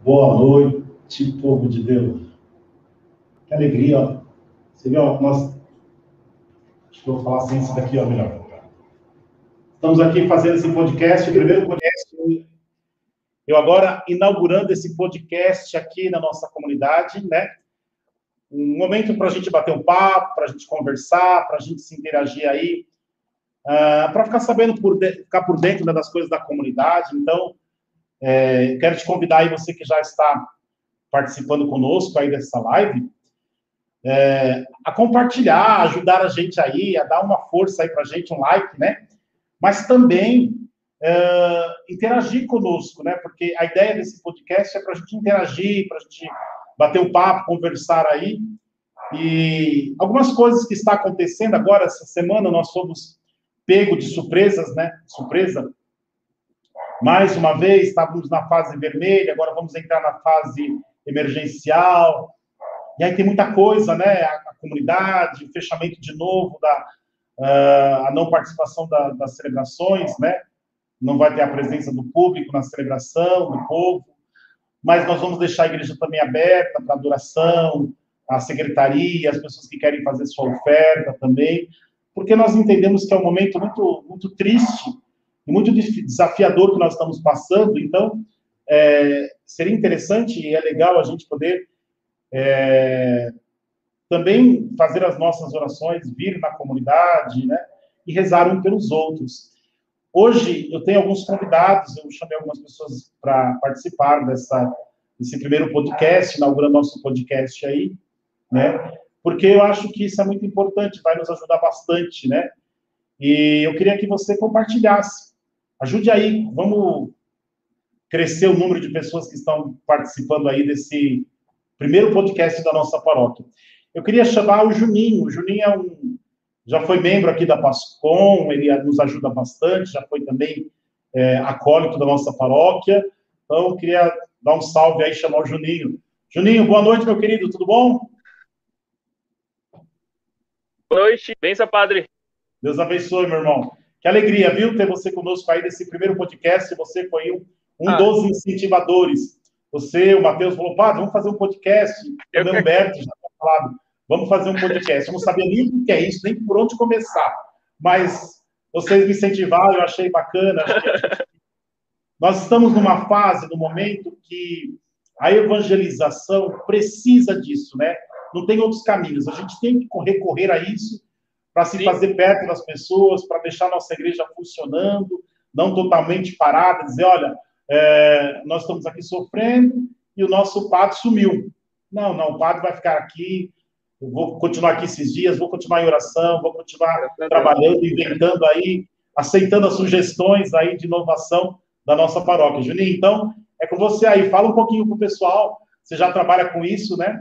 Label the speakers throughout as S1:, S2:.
S1: Boa noite, povo de Deus. Que alegria, ó. Você viu, ó, acho que eu vou falar assim, isso daqui, ó, melhor. Estamos aqui fazendo esse podcast, o primeiro podcast. Eu agora inaugurando esse podcast aqui na nossa comunidade, né? Um momento para a gente bater um papo, para a gente conversar, para a gente se interagir aí, para ficar sabendo, ficar por dentro, né, das coisas da comunidade. Então, quero te convidar aí, você que já está participando conosco aí dessa live, a compartilhar, ajudar a gente aí, a dar uma força aí para a gente, um like, né? Mas também interagir conosco, né? Porque a ideia desse podcast é para a gente interagir, para a gente bater um papo, conversar aí. E algumas coisas que está acontecendo agora, essa semana, nós fomos pego de surpresas, né? Surpresa. Mais uma vez, estávamos na fase vermelha, agora vamos entrar na fase emergencial. E aí tem muita coisa, né? A comunidade, o fechamento de novo, a não participação das celebrações, né? Não vai ter a presença do público na celebração, do povo. Mas nós vamos deixar a igreja também aberta para adoração, a secretaria, as pessoas que querem fazer sua oferta também, porque nós entendemos que é um momento muito, muito triste e muito desafiador que nós estamos passando. Então, seria interessante e é legal a gente poder também fazer as nossas orações, vir na comunidade, né, e rezar uns pelos outros. Hoje, eu tenho alguns convidados, eu chamei algumas pessoas para participar desse primeiro podcast, inaugurando nosso podcast aí, né, porque eu acho que isso é muito importante, vai nos ajudar bastante, né, e eu queria que você compartilhasse. Ajude aí, vamos crescer o número de pessoas que estão participando aí desse primeiro podcast da nossa paróquia. Eu queria chamar o Juninho. O Juninho já foi membro aqui da PASCOM, ele nos ajuda bastante, já foi também acólito da nossa paróquia. Então, eu queria dar um salve aí, chamar o Juninho. Juninho, boa noite, meu querido, tudo bom?
S2: Boa noite, benção, padre.
S1: Deus abençoe, meu irmão. Que alegria, viu, ter você conosco aí nesse primeiro podcast. Você foi um dos incentivadores. Você, o Matheus, falou, padre, vamos fazer um podcast. Também o Humberto já tinha falado, vamos fazer um podcast. Eu não sabia nem o que é isso, nem por onde começar. Mas vocês me incentivaram, eu achei bacana. Nós estamos numa fase, num momento que a evangelização precisa disso, né? Não tem outros caminhos. A gente tem que recorrer a isso para se fazer perto das pessoas, para deixar nossa igreja funcionando, não totalmente parada, dizer, olha, nós estamos aqui sofrendo e o nosso padre sumiu. Não, o padre vai ficar aqui, eu vou continuar aqui esses dias, vou continuar em oração, vou continuar trabalhando, inventando aí, aceitando as sugestões aí de inovação da nossa paróquia. Juninho, então, é com você aí, fala um pouquinho para o pessoal, você já trabalha com isso, né?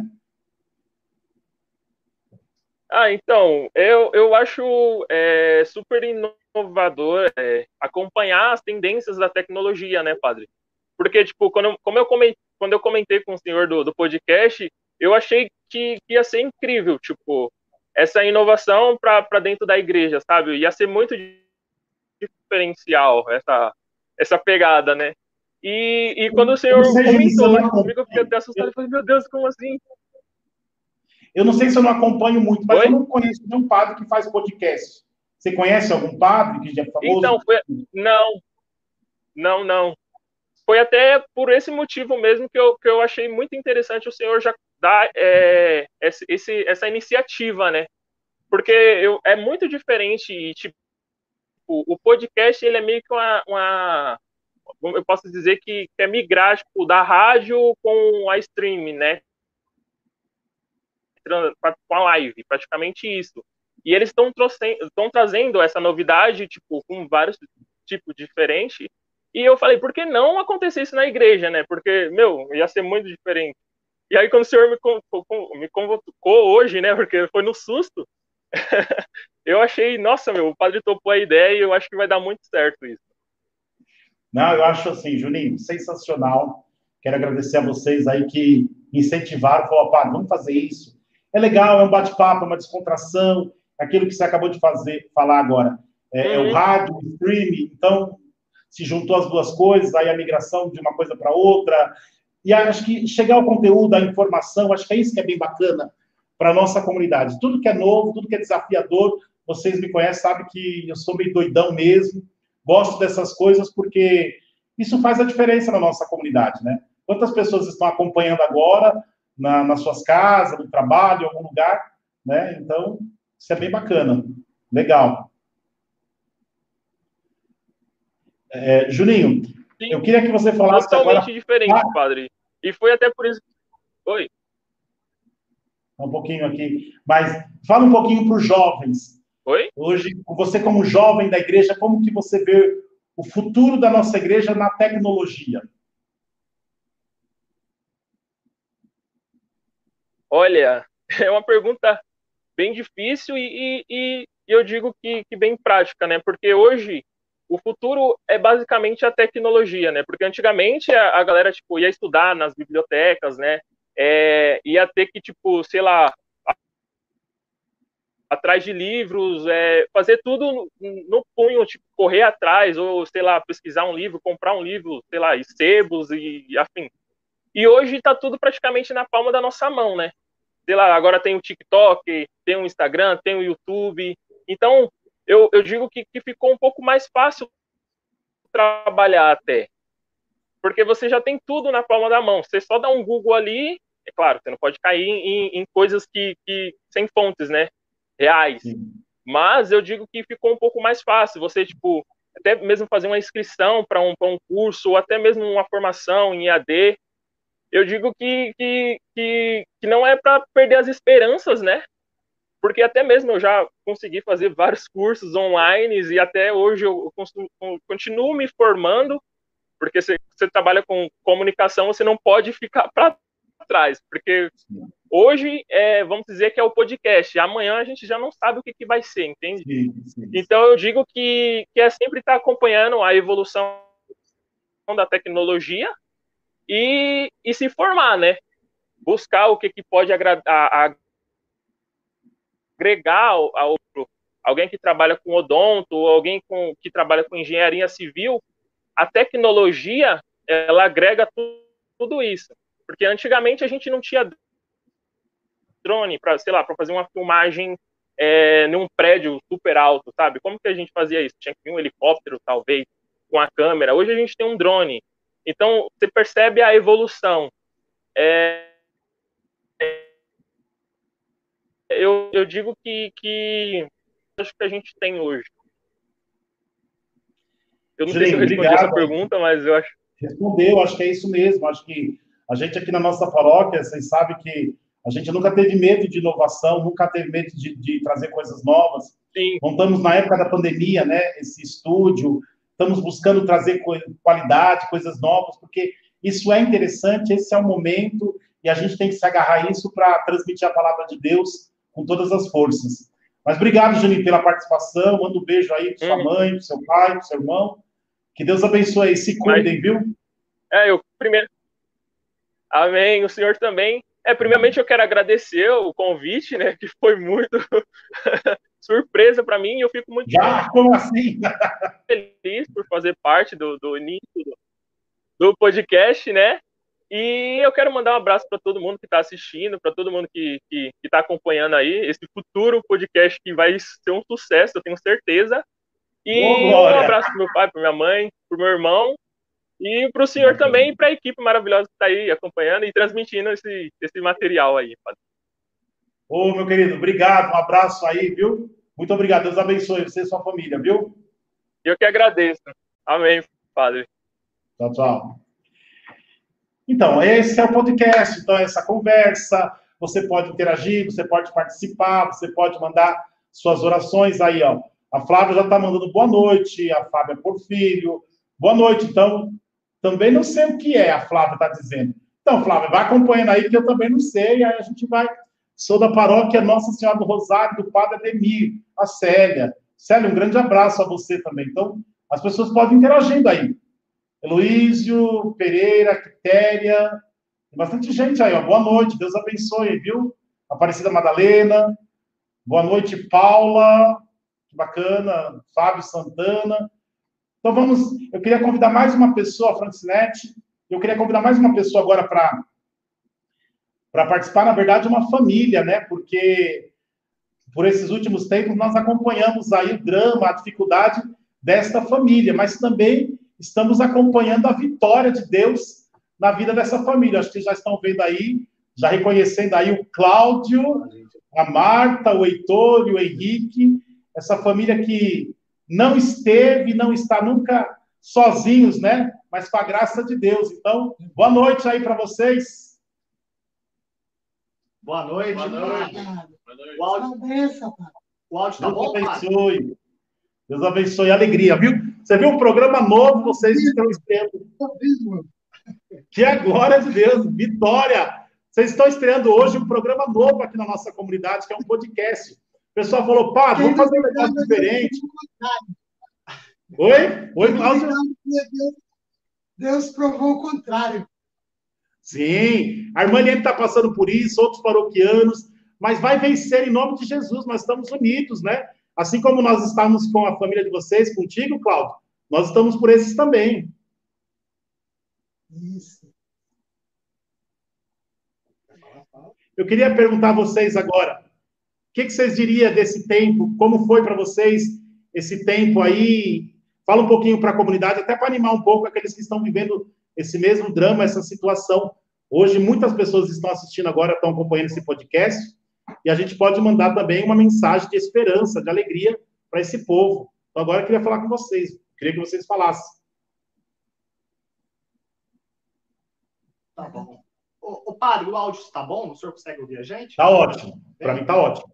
S2: Então, eu acho super inovador acompanhar as tendências da tecnologia, né, padre? Porque, tipo, quando eu comentei com o senhor do podcast, eu achei que ia ser incrível, tipo, essa inovação para dentro da igreja, sabe? Ia ser muito diferencial essa pegada, né? E quando o senhor comentou isso comigo, eu fiquei até assustado e falei, meu Deus, como assim?
S1: Eu não sei se eu não acompanho muito, mas eu não conheço nenhum padre que faz podcast. Você conhece algum padre que já é famoso?
S2: Então, não. Foi até por esse motivo mesmo que eu achei muito interessante o senhor já dar essa iniciativa, né? Porque é muito diferente e, tipo, o podcast, ele é meio que eu posso dizer que é migrar, tipo, da rádio com a streaming, né? Com a live, praticamente isso. E eles estão trazendo essa novidade, tipo, com vários tipos diferentes. E eu falei, por que não acontecer isso na igreja, né? Porque, ia ser muito diferente. E aí, quando o senhor me convocou hoje, né? Porque foi no susto, eu achei, nossa, o padre topou a ideia e eu acho que vai dar muito certo isso.
S1: Não, eu acho assim, Juninho, sensacional. Quero agradecer a vocês aí que incentivaram, falaram, padre, vamos fazer isso. É legal, é um bate-papo, é uma descontração, aquilo que você acabou de falar agora. É o rádio, o streaming, então se juntou as duas coisas, aí a migração de uma coisa para outra. E acho que chegar ao conteúdo, à informação, acho que é isso que é bem bacana para a nossa comunidade. Tudo que é novo, tudo que é desafiador, vocês me conhecem, sabem que eu sou meio doidão mesmo, gosto dessas coisas porque isso faz a diferença na nossa comunidade, né? Quantas pessoas estão acompanhando agora nas suas casas, no trabalho, em algum lugar, né? Então, isso é bem bacana. Legal. Juninho,
S2: Sim,
S1: eu queria que você falasse
S2: totalmente
S1: agora
S2: diferente, padre. E foi até por isso. Oi.
S1: um pouquinho aqui, mas fala um pouquinho para os jovens.
S2: Oi?
S1: Hoje, você como jovem da igreja, como que você vê o futuro da nossa igreja na tecnologia?
S2: Olha, é uma pergunta bem difícil e eu digo que bem prática, né? Porque hoje o futuro é basicamente a tecnologia, né? Porque antigamente a galera, tipo, ia estudar nas bibliotecas, né? Ia ter que, tipo, sei lá, atrás de livros, fazer tudo no punho, tipo, correr atrás, ou, sei lá, pesquisar um livro, comprar um livro, sei lá, e sebos e afim. E hoje está tudo praticamente na palma da nossa mão, né? Sei lá, agora tem o TikTok, tem o Instagram, tem o YouTube. Então, eu digo que ficou um pouco mais fácil trabalhar até. Porque você já tem tudo na palma da mão. Você só dá um Google ali, é claro, você não pode cair em coisas que sem fontes, né? Reais.
S1: Sim.
S2: Mas eu digo que ficou um pouco mais fácil. Você, tipo, até mesmo fazer uma inscrição para um curso, ou até mesmo uma formação em EAD. Eu digo que não é para perder as esperanças, né? Porque até mesmo eu já consegui fazer vários cursos online e até hoje eu continuo me formando, porque você trabalha com comunicação, você não pode ficar para trás, porque hoje vamos dizer que é o podcast, amanhã a gente já não sabe o que vai ser, entende?
S1: Sim, sim.
S2: Então eu digo que é sempre estar acompanhando a evolução da tecnologia e se formar, né? Buscar o que pode agregar a outro, alguém que trabalha com odonto, ou alguém que trabalha com engenharia civil. A tecnologia, ela agrega tudo isso. Porque antigamente a gente não tinha drone para, sei lá, para fazer uma filmagem num prédio super alto, sabe? Como que a gente fazia isso? Tinha que vir um helicóptero, talvez, com a câmera. Hoje a gente tem um drone. Então, você percebe a evolução. Eu digo que acho que a gente tem hoje. Eu não sei se eu
S1: Julinho,
S2: respondi essa
S1: obrigado.
S2: pergunta, mas eu acho.
S1: Respondeu, acho que é isso mesmo. Acho que a gente aqui na nossa paróquia, vocês sabem que a gente nunca teve medo de inovação, nunca teve medo de trazer coisas novas.
S2: Sim.
S1: Montamos na época da pandemia, né, esse estúdio, estamos buscando trazer qualidade, coisas novas, porque isso é interessante, esse é o momento, e a gente tem que se agarrar a isso para transmitir a palavra de Deus com todas as forças. Mas obrigado, Juninho, pela participação. Manda um beijo aí para sua mãe, para seu pai, para seu irmão. Que Deus abençoe aí. Se cuidem, viu?
S2: Eu primeiro. Amém. O senhor também. Primeiramente eu quero agradecer o convite, né? Que foi muito surpresa para mim. E eu fico muito
S1: como assim?
S2: feliz por fazer parte do início do podcast, né? E eu quero mandar um abraço para todo mundo que está assistindo, para todo mundo que está acompanhando aí esse futuro podcast que vai ser um sucesso, eu tenho certeza. E um abraço para meu pai, para minha mãe, para o meu irmão e para o senhor também e para a equipe maravilhosa que está aí acompanhando e transmitindo esse material aí.
S1: Ô, meu querido, obrigado, um abraço aí, viu? Muito obrigado, Deus abençoe você e sua família, viu?
S2: Eu que agradeço. Amém, padre.
S1: Tchau, tchau. Então, esse é o podcast, então essa conversa, você pode interagir, você pode participar, você pode mandar suas orações aí, ó. A Flávia já está mandando boa noite, a Fábia Porfírio, boa noite, então, também não sei o que a Flávia está dizendo. Então, Flávia, vai acompanhando aí, que eu também não sei, aí a gente vai... Sou da paróquia Nossa Senhora do Rosário, do Padre Ademir, a Célia. Célia, um grande abraço a você também. Então, as pessoas podem interagindo aí. Heloísio, Pereira, Quitéria, tem bastante gente aí, ó. Boa noite, Deus abençoe, viu? Aparecida Madalena, boa noite, Paula, que bacana, Fábio Santana. Então vamos, eu queria convidar mais uma pessoa, a Francinete, Eu queria convidar mais uma pessoa agora para participar, na verdade, uma família, né? Porque por esses últimos tempos nós acompanhamos aí o drama, a dificuldade desta família, mas também estamos acompanhando a vitória de Deus na vida dessa família. Acho que vocês já estão vendo aí, já reconhecendo aí o Cláudio, a Marta, o Heitor e o Henrique, essa família que não esteve, não está nunca sozinhos, né? Mas com a graça de Deus. Então, boa noite aí para vocês.
S3: Boa noite.
S2: Boa noite.
S3: O áudio tá bom,
S1: Deus abençoe. Deus abençoe. Alegria, viu? Você viu um programa novo, vocês estão estreando. Que é a glória de Deus. Vitória. Vocês estão estreando hoje um programa novo aqui na nossa comunidade, que é um podcast. O pessoal falou, padre, vamos fazer um negócio diferente. Oi? Oi, Cláudio?
S4: Deus provou o contrário.
S1: Sim, a irmã Eliane está passando por isso, outros paroquianos, mas vai vencer em nome de Jesus, nós estamos unidos, né? Assim como nós estamos com a família de vocês, contigo, Cláudio, nós estamos por esses também.
S4: Isso.
S1: Eu queria perguntar a vocês agora, o que vocês diriam desse tempo? Como foi para vocês esse tempo aí? Fala um pouquinho para a comunidade, até para animar um pouco aqueles que estão vivendo esse mesmo drama, essa situação. Hoje, muitas pessoas estão assistindo agora, estão acompanhando esse podcast, e a gente pode mandar também uma mensagem de esperança, de alegria para esse povo. Então, agora eu queria falar com vocês, queria que vocês falassem.
S3: Tá bom. O padre, o áudio está bom? O senhor consegue ouvir a gente?
S1: Está ótimo. Para mim está ótimo.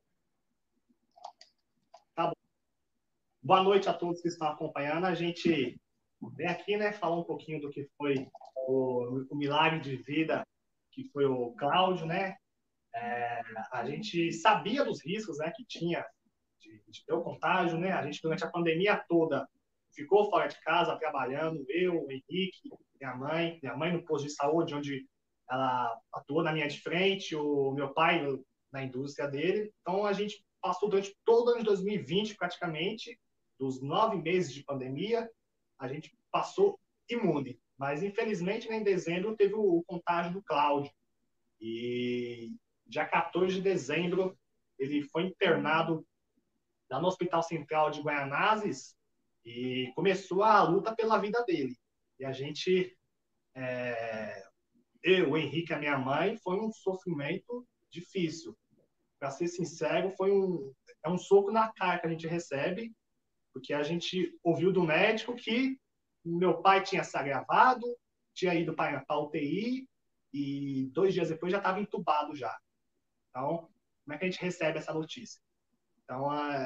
S3: Tá bom. Boa noite a todos que estão acompanhando. A gente vem aqui, né, falar um pouquinho do que foi o milagre de vida, que foi o Cláudio, né? A gente sabia dos riscos, né, que tinha de ter o contágio, né? A gente, durante a pandemia toda, ficou fora de casa, trabalhando, eu, o Henrique, minha mãe no posto de saúde, onde ela atuou na linha de frente, o meu pai na indústria dele. Então, a gente passou durante todo o ano de 2020, praticamente, dos 9 meses de pandemia, a gente passou imune. Mas, infelizmente, né, em dezembro, teve o contágio do Cláudio. E dia 14 de dezembro, ele foi internado lá no Hospital Central de Guaianazes e começou a luta pela vida dele. E a gente, eu, o Henrique e a minha mãe, foi um sofrimento difícil. Para ser sincero, é um soco na cara que a gente recebe, porque a gente ouviu do médico que meu pai tinha se agravado, tinha ido para a UTI e 2 dias depois já estava entubado já. Então, como é que a gente recebe essa notícia? Então,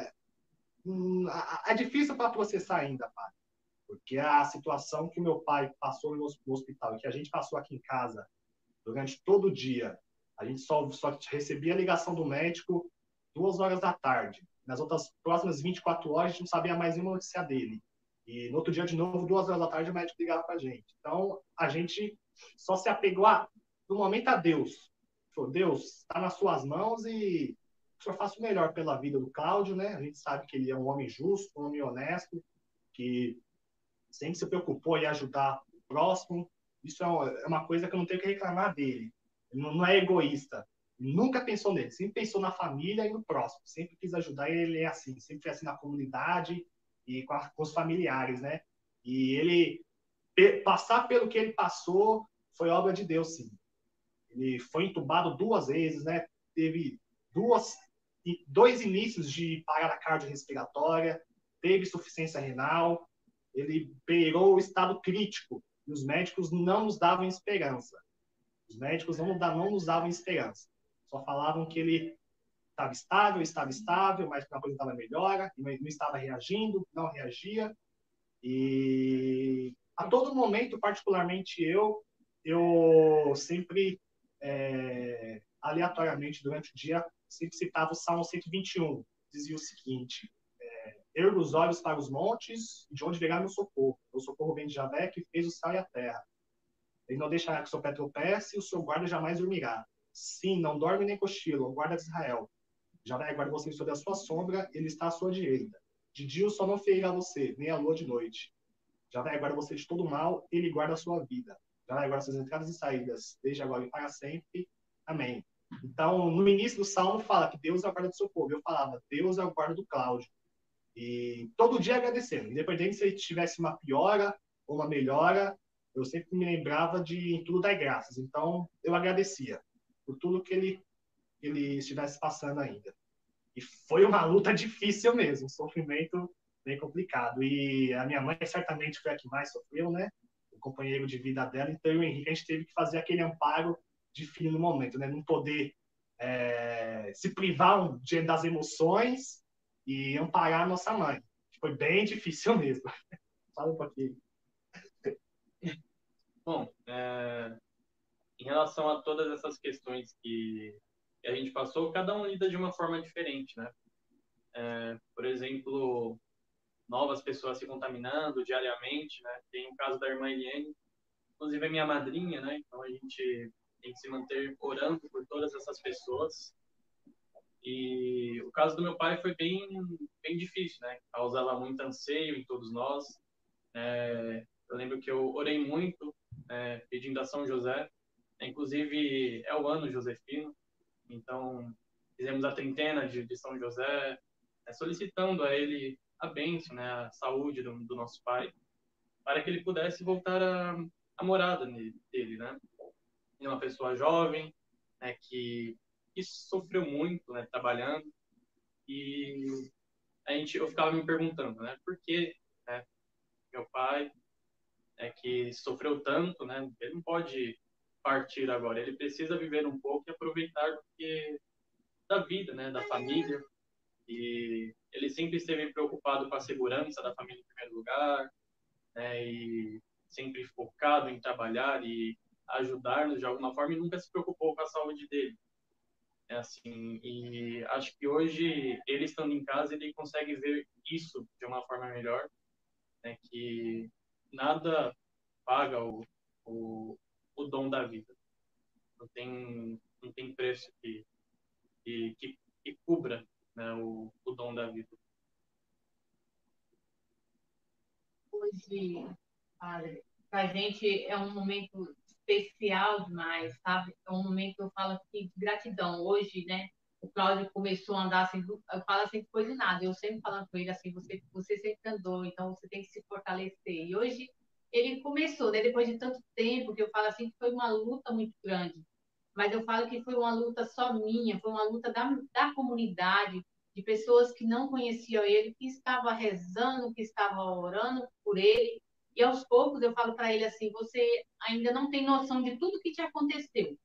S3: é difícil para processar ainda, pai, porque a situação que meu pai passou no hospital e que a gente passou aqui em casa durante todo o dia, a gente só recebia a ligação do médico 2 horas da tarde. Nas outras próximas 24 horas, a gente não sabia mais nenhuma notícia dele. E no outro dia, de novo, 2 horas da tarde, o médico ligava para a gente. Então, a gente só se apegou, no momento, a Deus. Falou, Deus, está nas suas mãos e o senhor faça o melhor pela vida do Cláudio, né? A gente sabe que ele é um homem justo, um homem honesto, que sempre se preocupou em ajudar o próximo. Isso é uma coisa que eu não tenho que reclamar dele. Ele não é egoísta. Ele nunca pensou nele, sempre pensou na família e no próximo. Sempre quis ajudar, ele é assim, sempre foi assim na comunidade e com os familiares, né? E ele passar pelo que ele passou foi obra de Deus, sim. Ele foi entubado 2 vezes, né? Teve 2 inícios de parada cardiorrespiratória, teve insuficiência renal, ele beirou o estado crítico e os médicos não nos davam esperança. Os médicos não nos davam esperança. Só falavam que ele estava estável, mas que a coisa estava melhora, não estava reagindo, não reagia. E a todo momento, particularmente eu sempre, aleatoriamente, durante o dia, sempre citava o Salmo 121. Dizia o seguinte: ergo os olhos para os montes, de onde virá meu socorro. O socorro vem de Javé, que fez o céu e a terra. Ele não deixará que o seu pé tropece, e o seu guarda jamais dormirá. Sim, não dorme nem cochila, o guarda de Israel. Javé guarda você sob a sua sombra, ele está à sua direita. De dia o sol não ferirá você, nem a lua de noite. Javé guarda você de todo mal, ele guarda a sua vida. já é agora suas entradas e saídas, desde agora e para sempre. Amém. Então, no início do Salmo fala que Deus é o guarda do seu povo. Eu falava, Deus é o guarda do Cláudio. E todo dia agradecendo. Independente se ele tivesse uma piora ou uma melhora, eu sempre me lembrava de em tudo dar graças. Então, eu agradecia por tudo que ele estivesse passando ainda. E foi uma luta difícil mesmo, um sofrimento bem complicado. E a minha mãe certamente foi a que mais sofreu, né? O companheiro de vida dela. Então, eu e o Henrique, a gente teve que fazer aquele amparo de filho no momento, né? Não poder se privar das emoções e amparar a nossa mãe. Foi bem difícil mesmo. Fala um pouquinho.
S5: Bom, em relação a todas essas questões que a gente passou, cada um lida de uma forma diferente, né? Por exemplo, novas pessoas se contaminando diariamente, né? Tem o caso da irmã Eliane, inclusive é minha madrinha, né? Então a gente tem que se manter orando por todas essas pessoas. E o caso do meu pai foi bem difícil, né? Causava muito anseio em todos nós. Eu lembro que eu orei muito, pedindo a São José. Inclusive, é o ano josefino, então fizemos a trintena de São José, solicitando a ele a bênção, né, a saúde do nosso pai, para que ele pudesse voltar à morada dele, né? Ele é uma pessoa jovem, né, que sofreu muito, né, trabalhando, e eu ficava me perguntando, né, por que, né, meu pai que sofreu tanto, né, ele não pode partir agora, ele precisa viver um pouco e aproveitar da vida, né, da família, e ele sempre esteve preocupado com a segurança da família em primeiro lugar, né, e sempre focado em trabalhar e ajudar-nos de alguma forma e nunca se preocupou com a saúde dele. É assim, e acho que hoje ele estando em casa ele consegue ver isso de uma forma melhor, né, que nada paga o, o dom da vida. Não tem preço que cubra, né, o dom da vida.
S6: Hoje, para a gente é um momento especial demais, sabe? É um momento que eu falo assim, de gratidão. Hoje, né? O Cláudio começou a andar assim, eu falo assim, coisa de nada. Eu sempre falando com ele assim, você sempre andou, então você tem que se fortalecer. E hoje ele começou, né? Depois de tanto tempo, que eu falo assim, que foi uma luta muito grande. Mas eu falo que foi uma luta só minha, foi uma luta da comunidade, de pessoas que não conheciam ele, que estava rezando, que estava orando por ele. E aos poucos eu falo para ele assim: você ainda não tem noção de tudo que te aconteceu.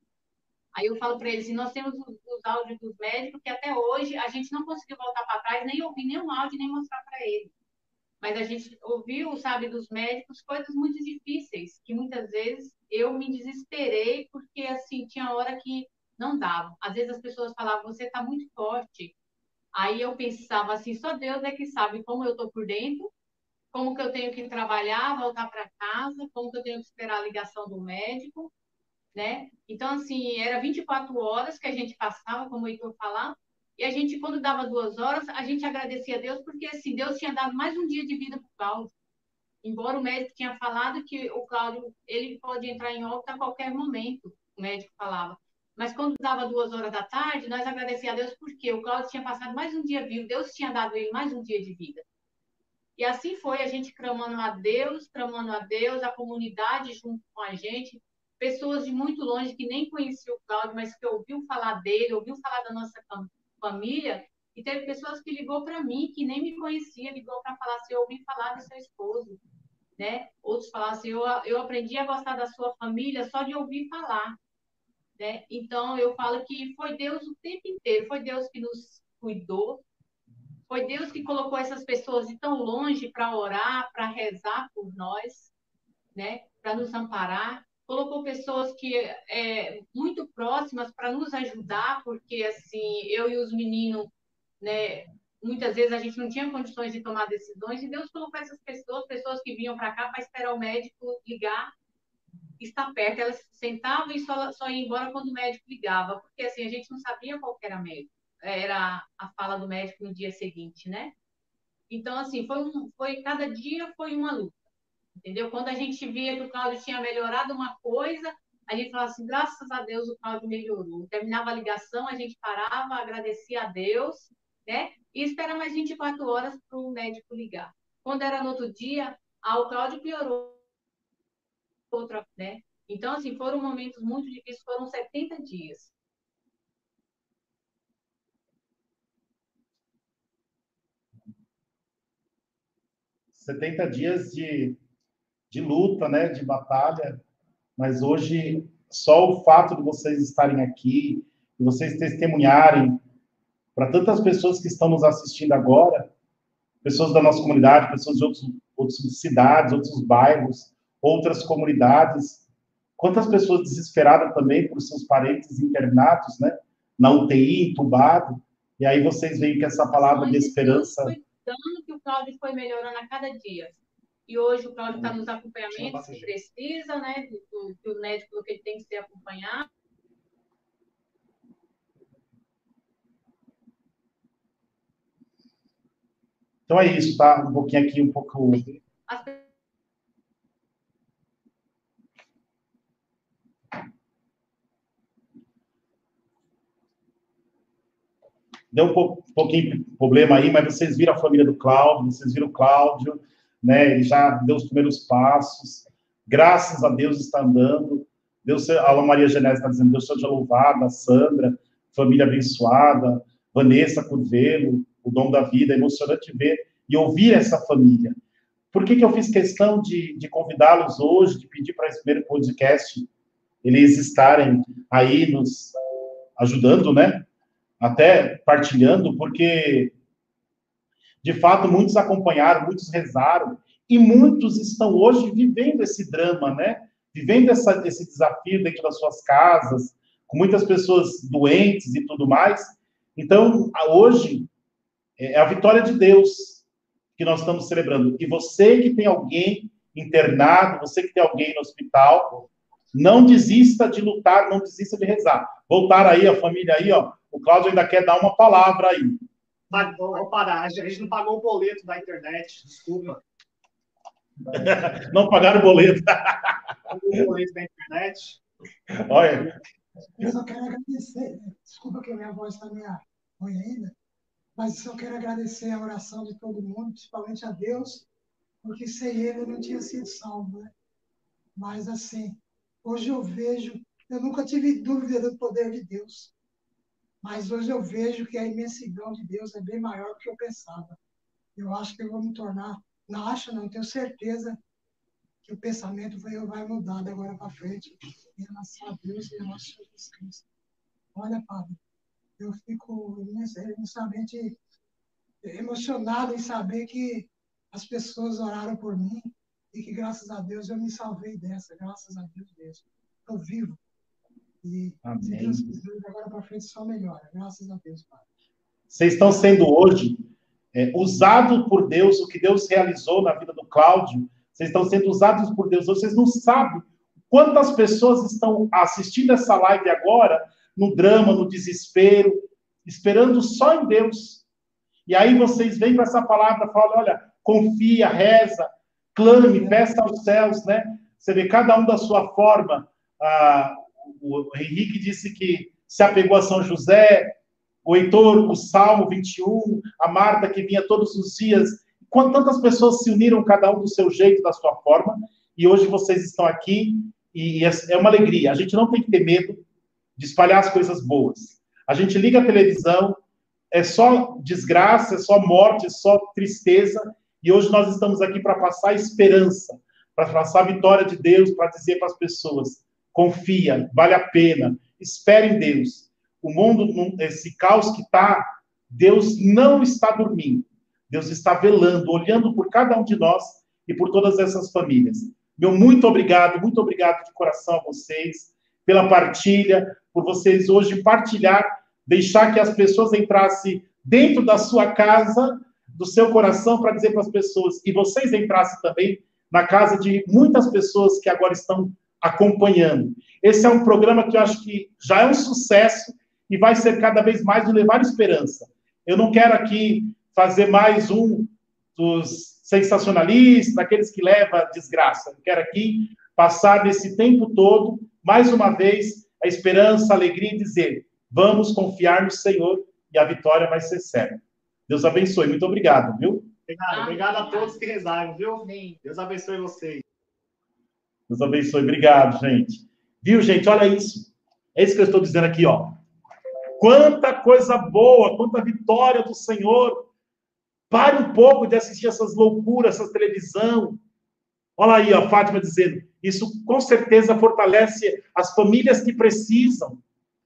S6: Aí eu falo para ele assim: nós temos os áudios dos médicos que até hoje a gente não conseguiu voltar para trás, nem ouvir nenhum áudio, nem mostrar para ele. Mas a gente ouviu, sabe, dos médicos coisas muito difíceis, que muitas vezes eu me desesperei, porque, assim, tinha hora que não dava. Às vezes as pessoas falavam, você está muito forte. Aí eu pensava assim, só Deus é que sabe como eu estou por dentro, como que eu tenho que trabalhar, voltar para casa, como que eu tenho que esperar a ligação do médico, né? Então, assim, era 24 horas que a gente passava, como o Heitor falava, e a gente, quando dava 2 horas, a gente agradecia a Deus, porque, assim, Deus tinha dado mais um dia de vida para o Cláudio. Embora o médico tinha falado que o Cláudio, ele pode entrar em óbito a qualquer momento, o médico falava. Mas quando dava 2 horas da tarde, nós agradecíamos a Deus, porque o Cláudio tinha passado mais um dia vivo, Deus tinha dado ele mais um dia de vida. E assim foi, a gente clamando a Deus, a comunidade junto com a gente, pessoas de muito longe que nem conheciam o Cláudio, mas que ouviu falar dele, ouviu falar da nossa família, e teve pessoas que ligou para mim, que nem me conhecia, ligou para falar assim, eu ouvi falar do seu esposo, né? Outros falaram assim, eu aprendi a gostar da sua família só de ouvir falar, né? Então, eu falo que foi Deus o tempo inteiro, foi Deus que nos cuidou, foi Deus que colocou essas pessoas de tão longe para orar, para rezar por nós, né? Para nos amparar. Colocou pessoas que muito próximas para nos ajudar, porque assim eu e os meninos, né? Muitas vezes a gente não tinha condições de tomar decisões e Deus colocou essas pessoas que vinham para cá para esperar o médico ligar, estar perto. Elas sentavam e só iam embora quando o médico ligava, porque assim a gente não sabia qual era médico. Era a fala do médico no dia seguinte, né? Então, assim, cada dia foi uma luta. entendeu? Quando a gente via que o Cláudio tinha melhorado uma coisa, a gente falava assim, graças a Deus o Cláudio melhorou. Terminava a ligação, a gente parava, agradecia a Deus, né? E esperava mais 24 horas para o médico ligar. Quando era no outro dia, o Cláudio piorou outra, né? Então, assim, foram momentos muito difíceis, foram 70 dias.
S1: ...70 dias de luta, né? De batalha. Mas hoje, só o fato de vocês estarem aqui, de vocês testemunharem para tantas pessoas que estão nos assistindo agora, pessoas da nossa comunidade, pessoas de outras cidades, outros bairros, outras comunidades, quantas pessoas desesperadas também por seus parentes internados, né? Na UTI, entubado, e aí vocês veem que essa palavra de esperança...
S6: Foi dando que o Cláudio foi melhorando a cada dia. E hoje o Cláudio está nos acompanhamentos que precisa, né? Que o médico falou que ele tem que ser acompanhado.
S1: Então é isso, tá? Um pouquinho aqui, um pouco... Deu um pouquinho de problema aí, mas vocês viram a família do Cláudio, vocês viram o Cláudio, né? Ele já deu os primeiros passos. Graças a Deus está andando. Deus, a Maria Genésio está dizendo, Deus seja louvado, a Sandra, família abençoada, Vanessa Curvelo, o dom da vida, é emocionante ver e ouvir essa família. Por que eu fiz questão de convidá-los hoje, de pedir para esse primeiro podcast eles estarem aí nos ajudando, né? Até partilhando, porque, de fato, muitos acompanharam, muitos rezaram, e muitos estão hoje vivendo esse drama, né? Vivendo esse desafio dentro das suas casas, com muitas pessoas doentes e tudo mais. Então, hoje, é a vitória de Deus que nós estamos celebrando. E você que tem alguém internado, você que tem alguém no hospital, não desista de lutar, não desista de rezar. Voltar aí, a família aí, ó. O Cláudio ainda quer dar uma palavra aí.
S3: Vou parar. A gente não pagou o boleto da internet, desculpa.
S1: Não pagaram o boleto.
S3: Pagou o boleto da internet.
S1: Olha.
S4: Eu só quero agradecer. Desculpa que a minha voz está meio ruim ainda, mas só quero agradecer a oração de todo mundo, principalmente a Deus, porque sem ele eu não tinha sido salvo, né? Mas, assim, hoje eu vejo, eu nunca tive dúvida do poder de Deus, mas hoje eu vejo que a imensidão de Deus é bem maior do que eu pensava. Eu acho que eu vou me tornar, não acho não, tenho certeza que o pensamento vai mudar de agora para frente em relação a Deus e em relação a Jesus Cristo. Olha, Padre, eu fico imensamente emocionado em saber que as pessoas oraram por mim e que, graças a Deus, eu me salvei dessa, graças a Deus mesmo. Estou vivo. E,
S1: amém.
S4: Se Deus quiser, de agora para frente só melhora. Graças a Deus, Pai.
S1: Vocês estão sendo hoje usados por Deus, o que Deus realizou na vida do Cláudio. Vocês estão sendo usados por Deus. Vocês não sabem quantas pessoas estão assistindo essa live agora, no drama, no desespero, esperando só em Deus. E aí vocês vêm com essa palavra, falam, olha, confia, reza, clame, peça aos céus, né? Você vê cada um da sua forma. O Henrique disse que se apegou a São José, o Heitor, o Salmo 21, a Marta que vinha todos os dias. Tantas pessoas se uniram, cada um do seu jeito, da sua forma, e hoje vocês estão aqui, e é uma alegria. A gente não tem que ter medo de espalhar as coisas boas. A gente liga a televisão, é só desgraça, é só morte, é só tristeza, e hoje nós estamos aqui para passar esperança, para passar a vitória de Deus, para dizer para as pessoas, confia, vale a pena, espere em Deus. O mundo, esse caos que está, Deus não está dormindo. Deus está velando, olhando por cada um de nós e por todas essas famílias. Meu muito obrigado de coração a vocês, pela partilha, por vocês hoje partilhar, deixar que as pessoas entrassem dentro da sua casa, do seu coração, para dizer para as pessoas, e vocês entrassem também na casa de muitas pessoas que agora estão acompanhando. Esse é um programa que eu acho que já é um sucesso e vai ser cada vez mais de levar esperança. Eu não quero aqui fazer mais um dos sensacionalistas, daqueles que levam a desgraça. Eu quero aqui passar nesse tempo todo, mais uma vez, a esperança, a alegria e dizer, vamos confiar no Senhor e a vitória vai ser certa. Deus abençoe. Muito obrigado, viu?
S3: Obrigado a todos que rezaram, viu? Deus abençoe vocês.
S1: Deus abençoe. Obrigado, gente. Viu, gente? Olha isso. É isso que eu estou dizendo aqui, ó. Quanta coisa boa, quanta vitória do Senhor. Pare um pouco de assistir essas loucuras, essa televisão. Olha aí, a Fátima dizendo, isso com certeza fortalece as famílias que precisam.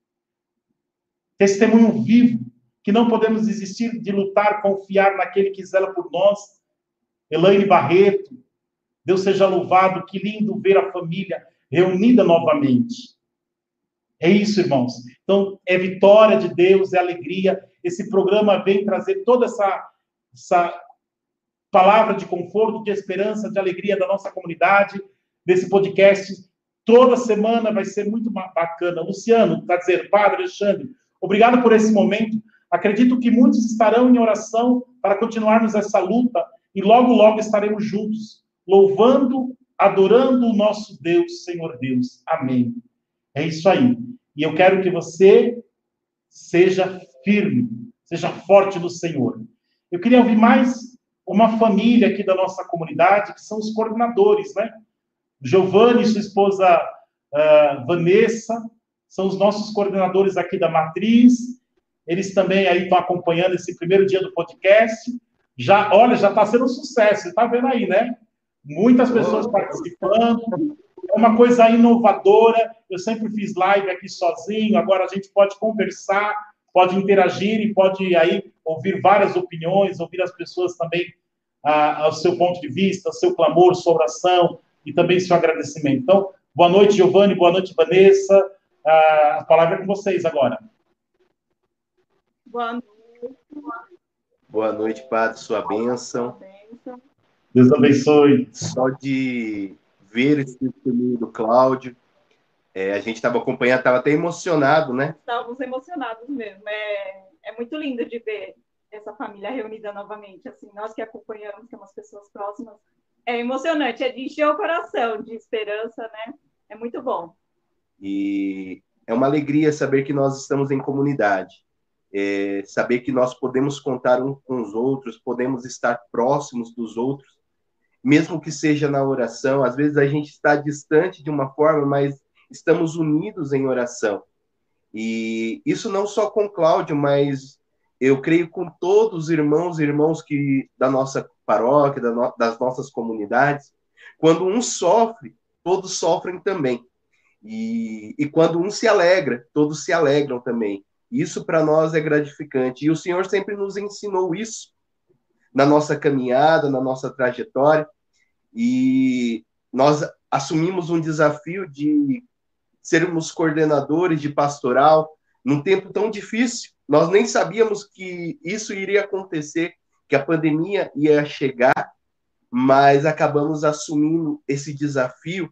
S1: Testemunho vivo, que não podemos desistir de lutar, confiar naquele que zela por nós. Elaine Barreto, Deus seja louvado, que lindo ver a família reunida novamente. É isso, irmãos. Então, é vitória de Deus, é alegria. Esse programa vem trazer toda essa palavra de conforto, de esperança, de alegria da nossa comunidade, desse podcast. Toda semana vai ser muito bacana. Luciano está dizendo, Padre Alexandre, obrigado por esse momento. Acredito que muitos estarão em oração para continuarmos essa luta e logo, logo estaremos juntos, louvando, adorando o nosso Deus, Senhor Deus. Amém. É isso aí. E eu quero que você seja firme, seja forte no Senhor. Eu queria ouvir mais uma família aqui da nossa comunidade, que são os coordenadores, né? Giovanni e sua esposa Vanessa, são os nossos coordenadores aqui da Matriz. Eles também aí estão acompanhando esse primeiro dia do podcast. Já está sendo um sucesso, está vendo aí, né? Muitas pessoas participando. É uma coisa inovadora. Eu sempre fiz live aqui sozinho, agora a gente pode conversar, pode interagir e pode aí ouvir várias opiniões, ouvir as pessoas também ao seu ponto de vista, seu clamor, sua oração e também seu agradecimento. Então, boa noite, Giovanni, boa noite, Vanessa. A palavra é com vocês agora.
S7: Boa noite.
S8: Boa noite, Padre, sua bênção.
S1: Deus abençoe.
S8: Só de ver esse testemunho do Cláudio, a gente estava acompanhando, estava até emocionado, né?
S7: Estávamos emocionados mesmo. É muito lindo de ver essa família reunida novamente. Assim, nós que acompanhamos, que somos pessoas próximas, é emocionante, é de encher o coração de esperança, né? É muito bom.
S8: E é uma alegria saber que nós estamos em comunidade. Saber que nós podemos contar uns com os outros, podemos estar próximos dos outros, mesmo que seja na oração. Às vezes a gente está distante de uma forma, mas estamos unidos em oração. E isso não só com Cláudio, mas eu creio com todos os irmãos que da nossa paróquia, das nossas comunidades. Quando um sofre, todos sofrem também. E quando um se alegra, todos se alegram também. Isso para nós é gratificante. E o Senhor sempre nos ensinou isso na nossa caminhada, na nossa trajetória. E nós assumimos um desafio de sermos coordenadores de pastoral num tempo tão difícil. Nós nem sabíamos que isso iria acontecer, que a pandemia ia chegar, mas acabamos assumindo esse desafio.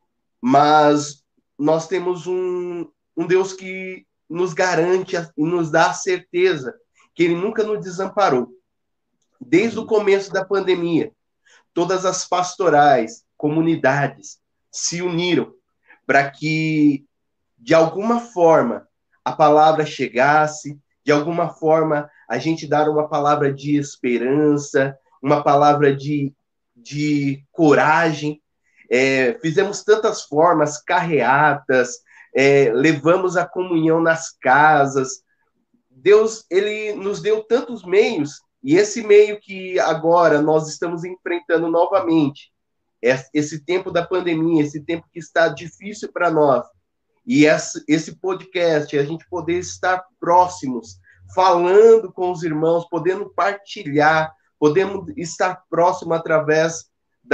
S8: Mas nós temos um Deus que nos garante e nos dá a certeza que Ele nunca nos desamparou. Desde o começo da pandemia, todas as pastorais, comunidades se uniram para que, de alguma forma, a palavra chegasse, de alguma forma, a gente dar uma palavra de esperança, uma palavra de coragem. Fizemos tantas formas, carreatas, levamos a comunhão nas casas. Deus, Ele nos deu tantos meios, e esse meio que agora nós estamos enfrentando novamente, esse tempo da pandemia, esse tempo que está difícil para nós, e esse podcast, a gente poder estar próximos, falando com os irmãos, podendo partilhar, podemos estar próximo através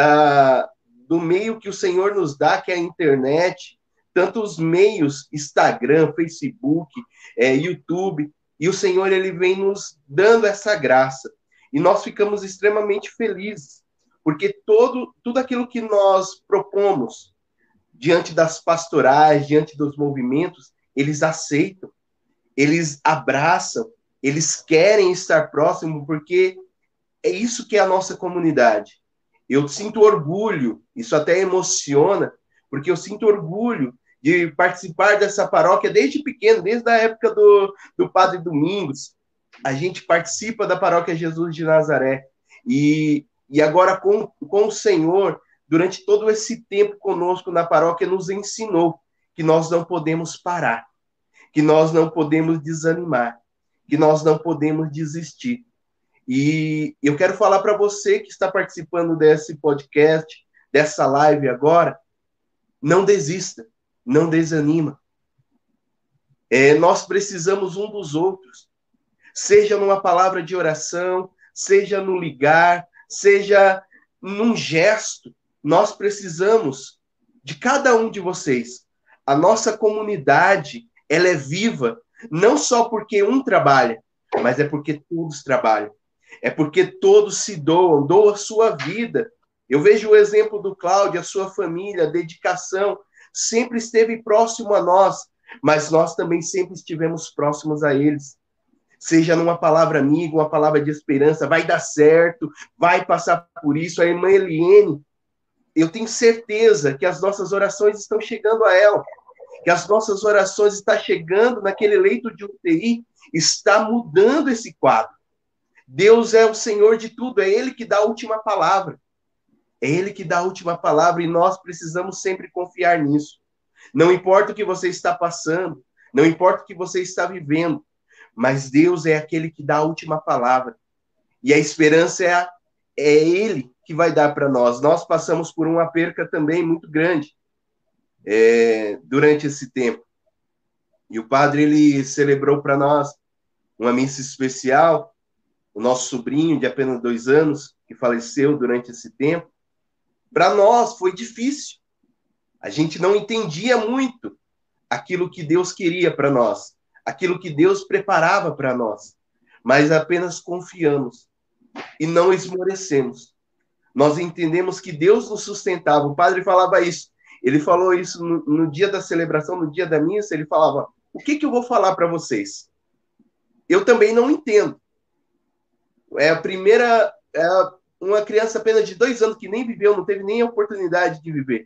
S8: do meio que o Senhor nos dá, que é a internet, tantos meios, Instagram, Facebook, YouTube, e o Senhor, Ele vem nos dando essa graça. E nós ficamos extremamente felizes, porque tudo aquilo que nós propomos diante das pastorais, diante dos movimentos, eles aceitam, eles abraçam, eles querem estar próximos, porque é isso que é a nossa comunidade. Eu sinto orgulho, isso até emociona, porque eu sinto orgulho de participar dessa paróquia desde pequeno, desde a época do Padre Domingos. A gente participa da paróquia Jesus de Nazaré. E agora com o Senhor, durante todo esse tempo conosco na paróquia, nos ensinou que nós não podemos parar, que nós não podemos desanimar, que nós não podemos desistir. E eu quero falar para você que está participando desse podcast, dessa live agora, não desista, não desanima. Nós precisamos um dos outros, seja numa palavra de oração, seja no ligar, seja num gesto. Nós precisamos de cada um de vocês. A nossa comunidade, ela é viva, não só porque um trabalha, mas é porque todos trabalham. É porque todos se doam a sua vida. Eu vejo o exemplo do Cláudio, a sua família, a dedicação, sempre esteve próximo a nós, mas nós também sempre estivemos próximos a eles. Seja numa palavra amiga, uma palavra de esperança, vai dar certo, vai passar por isso. A irmã Eliene, eu tenho certeza que as nossas orações estão chegando a ela, que as nossas orações estão chegando naquele leito de UTI, está mudando esse quadro. Deus é o Senhor de tudo, é Ele que dá a última palavra. É Ele que dá a última palavra e nós precisamos sempre confiar nisso. Não importa o que você está passando, não importa o que você está vivendo, mas Deus é aquele que dá a última palavra. E a esperança é Ele que vai dar para nós. Nós passamos por uma perca também muito grande durante esse tempo. E o padre, ele celebrou para nós uma missa especial, o nosso sobrinho de apenas 2 anos, que faleceu durante esse tempo. Para nós foi difícil. A gente não entendia muito aquilo que Deus queria para nós, aquilo que Deus preparava para nós, mas apenas confiamos e não esmorecemos. Nós entendemos que Deus nos sustentava. O padre falava isso. Ele falou isso no dia da celebração, no dia da missa. Ele falava: o que eu vou falar para vocês? Eu também não entendo. Uma criança apenas de 2 anos que nem viveu, não teve nem a oportunidade de viver.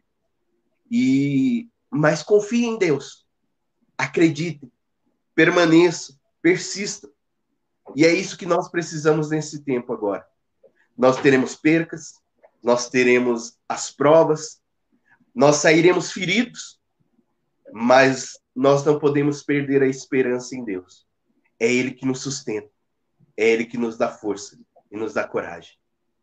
S8: Mas confie em Deus. Acredite, permaneça, persista. E é isso que nós precisamos nesse tempo agora. Nós teremos percas, nós teremos as provas, nós sairemos feridos, mas nós não podemos perder a esperança em Deus. É Ele que nos sustenta, é Ele que nos dá força e nos dá coragem.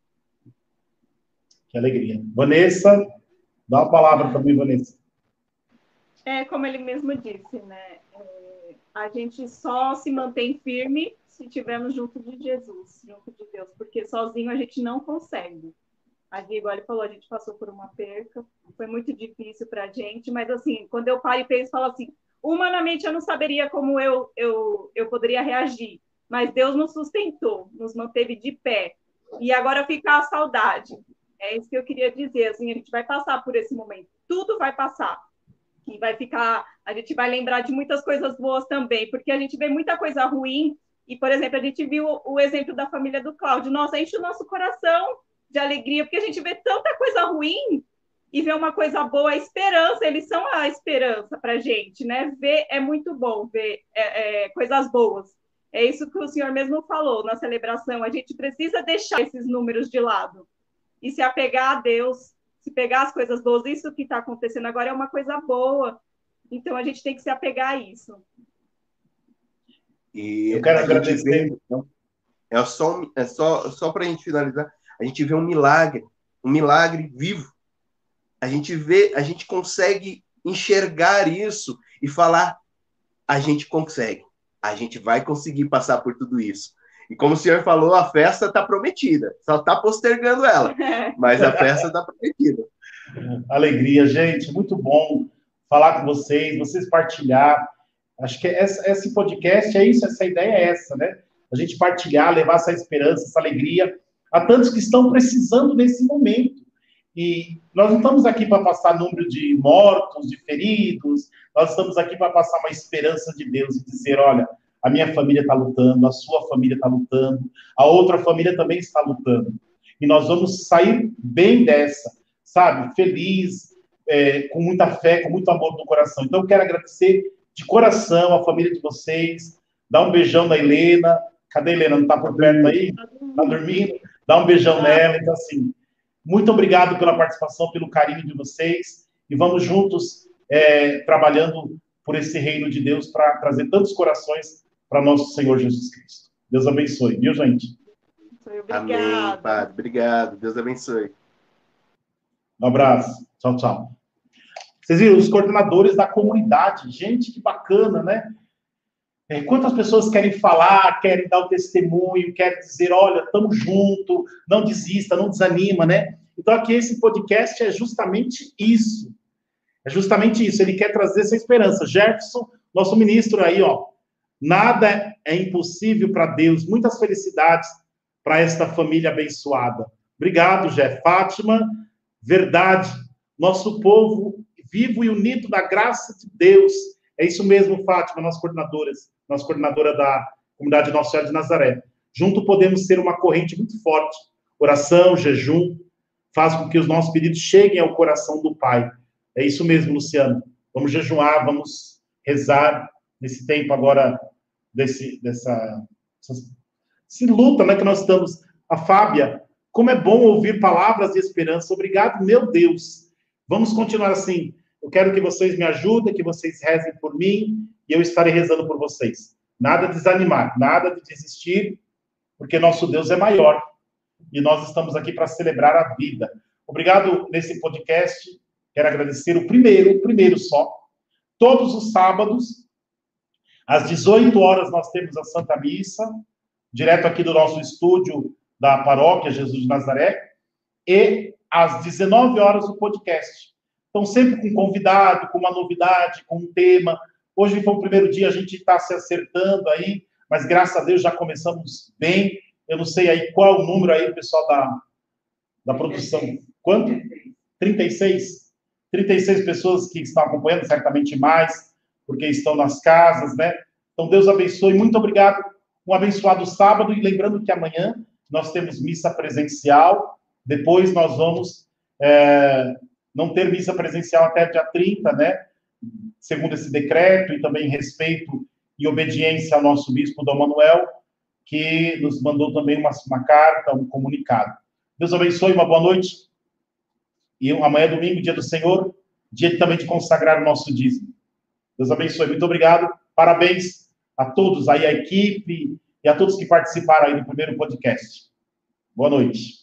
S1: Que alegria. Vanessa, dá uma palavra para mim, Vanessa.
S7: Como ele mesmo disse, né? A gente só se mantém firme se estivermos junto de Jesus, junto de Deus, porque sozinho a gente não consegue. Ali, igual ele falou, a gente passou por uma perca, foi muito difícil para a gente, mas assim, quando eu paro e penso, falo assim, humanamente eu não saberia como eu poderia reagir, mas Deus nos sustentou, nos manteve de pé, e agora fica a saudade. É isso que eu queria dizer, assim, a gente vai passar por esse momento, tudo vai passar, e vai ficar, a gente vai lembrar de muitas coisas boas também, porque a gente vê muita coisa ruim, e, por exemplo, a gente viu o exemplo da família do Cláudio, nossa, enche o nosso coração de alegria, porque a gente vê tanta coisa ruim e vê uma coisa boa, a esperança, eles são a esperança para a gente, né? Ver é muito bom, ver coisas boas. É isso que o senhor mesmo falou na celebração, a gente precisa deixar esses números de lado e se apegar a Deus, se pegar as coisas boas, isso que está acontecendo agora é uma coisa boa, então a gente tem que se apegar a isso.
S8: E
S1: eu quero agradecer.
S8: Só para a gente finalizar, a gente vê um milagre vivo. A gente consegue enxergar isso e falar, a gente consegue, a gente vai conseguir passar por tudo isso. E como o senhor falou, a festa está prometida, só está postergando ela, mas a festa está prometida.
S1: Alegria, gente, muito bom falar com vocês partilhar. Acho que esse podcast é isso, essa ideia é essa, né? A gente partilhar, levar essa esperança, essa alegria a tantos que estão precisando nesse momento. E nós não estamos aqui para passar número de mortos, de feridos, nós estamos aqui para passar uma esperança de Deus e dizer, olha, A minha família está lutando, a sua família está lutando, a outra família também está lutando. E nós vamos sair bem dessa, sabe? Feliz, com muita fé, com muito amor no coração. Então, eu quero agradecer de coração a família de vocês, dar um beijão na Helena. Cadê a Helena? Não está por perto aí? Está dormindo? Dá um beijão nela. Então, assim, muito obrigado pela participação, pelo carinho de vocês. E vamos juntos trabalhando por esse reino de Deus para trazer tantos corações para nosso Senhor Jesus Cristo. Deus abençoe, viu, gente?
S8: Amém, Padre. Obrigado. Deus abençoe.
S1: Um abraço. Tchau, tchau. Vocês viram, os coordenadores da comunidade. Gente, que bacana, né? Quantas pessoas querem falar, querem dar o testemunho, querem dizer, olha, estamos juntos, não desista, não desanima, né? Então, aqui esse podcast é justamente isso. É justamente isso. Ele quer trazer essa esperança. Jefferson, nosso ministro aí, ó. Nada é impossível para Deus. Muitas felicidades para esta família abençoada. Obrigado, Jeff. Fátima, verdade. Nosso povo vivo e unido na graça de Deus. É isso mesmo, Fátima, nossa coordenadora da comunidade Nossa Senhora de Nazaré. Junto podemos ser uma corrente muito forte. Oração, jejum, faz com que os nossos pedidos cheguem ao coração do Pai. É isso mesmo, Luciano. Vamos jejuar, vamos rezar nesse tempo agora, dessa luta, né, que nós estamos. A Fábia, como é bom ouvir palavras de esperança. Obrigado, meu Deus. Vamos continuar assim. Eu quero que vocês me ajudem, que vocês rezem por mim, e eu estarei rezando por vocês. Nada de desanimar, nada de desistir, porque nosso Deus é maior. E nós estamos aqui para celebrar a vida. Obrigado nesse podcast. Quero agradecer o primeiro só. Todos os sábados, às 18 horas, nós temos a Santa Missa, direto aqui do nosso estúdio da Paróquia Jesus de Nazaré, e às 19 horas o podcast. Então, sempre com convidado, com uma novidade, com um tema. Hoje foi o primeiro dia, a gente está se acertando aí, mas graças a Deus já começamos bem. Eu não sei aí qual o número aí, pessoal da produção. Quanto? 36? 36 pessoas que estão acompanhando, certamente mais, porque estão nas casas, né? Então, Deus abençoe. Muito obrigado. Um abençoado sábado. E lembrando que amanhã nós temos missa presencial. Depois nós vamos não ter missa presencial até dia 30, né? Segundo esse decreto, e também em respeito e obediência ao nosso bispo Dom Manuel, que nos mandou também uma carta, um comunicado. Deus abençoe, uma boa noite. E amanhã é domingo, dia do Senhor, dia também de consagrar o nosso dízimo. Deus abençoe. Muito obrigado. Parabéns a todos aí, a equipe, e a todos que participaram aí do primeiro podcast. Boa noite.